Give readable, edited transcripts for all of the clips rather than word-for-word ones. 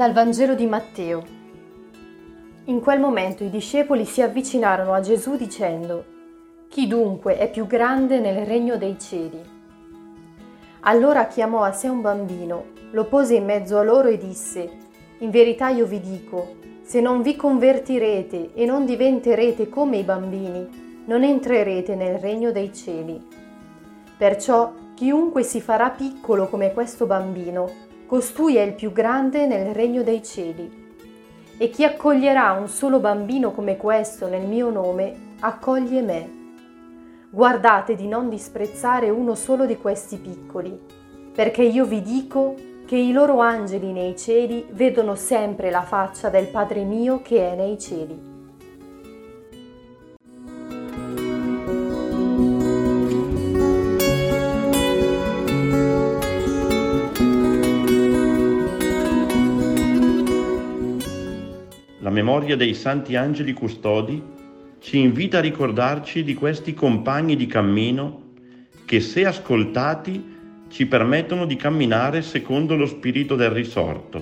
Dal Vangelo di Matteo. In quel momento i discepoli si avvicinarono a Gesù dicendo: «Chi dunque è più grande nel regno dei cieli?» Allora chiamò a sé un bambino, lo pose in mezzo a loro e disse: «In verità io vi dico, se non vi convertirete e non diventerete come i bambini, non entrerete nel regno dei cieli. Perciò chiunque si farà piccolo come questo bambino, costui è il più grande nel regno dei cieli. E chi accoglierà un solo bambino come questo nel mio nome, accoglie me. Guardate di non disprezzare uno solo di questi piccoli, perché io vi dico che i loro angeli nei cieli vedono sempre la faccia del Padre mio che è nei cieli». La memoria dei santi angeli custodi ci invita a ricordarci di questi compagni di cammino che, se ascoltati, ci permettono di camminare secondo lo spirito del risorto.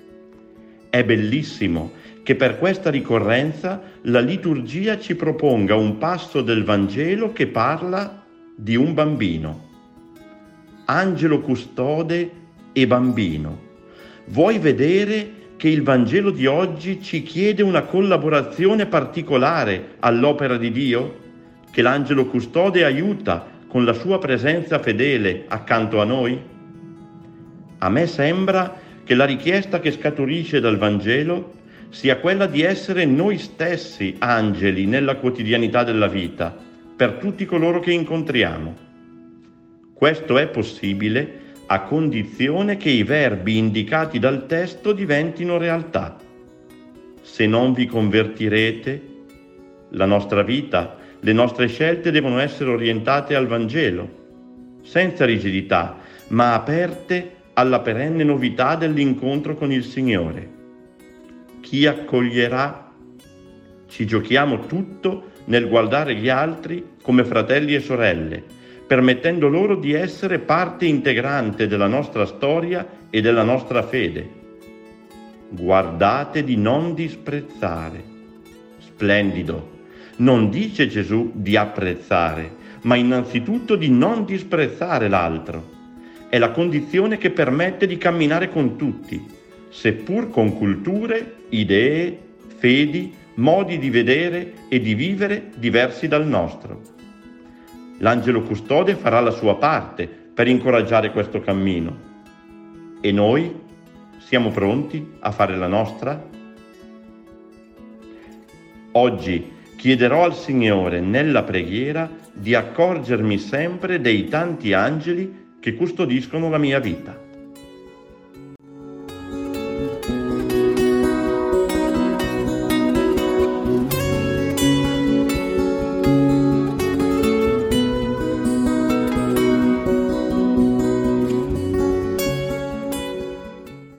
È bellissimo che per questa ricorrenza la liturgia ci proponga un passo del Vangelo che parla di un bambino. Angelo custode e bambino. Vuoi vedere che il Vangelo di oggi ci chiede una collaborazione particolare all'opera di Dio, che l'angelo custode aiuta con la sua presenza fedele accanto a noi? A me sembra che la richiesta che scaturisce dal Vangelo sia quella di essere noi stessi angeli nella quotidianità della vita, per tutti coloro che incontriamo. Questo è possibile a condizione che i verbi indicati dal testo diventino realtà. Se non vi convertirete, la nostra vita, le nostre scelte devono essere orientate al Vangelo, senza rigidità, ma aperte alla perenne novità dell'incontro con il Signore. Chi accoglierà? Ci giochiamo tutto nel guardare gli altri come fratelli e sorelle, permettendo loro di essere parte integrante della nostra storia e della nostra fede. Guardate di non disprezzare. Splendido! Non dice Gesù di apprezzare, ma innanzitutto di non disprezzare l'altro. È la condizione che permette di camminare con tutti, seppur con culture, idee, fedi, modi di vedere e di vivere diversi dal nostro. L'angelo custode farà la sua parte per incoraggiare questo cammino. E noi siamo pronti a fare la nostra? Oggi chiederò al Signore nella preghiera di accorgermi sempre dei tanti angeli che custodiscono la mia vita.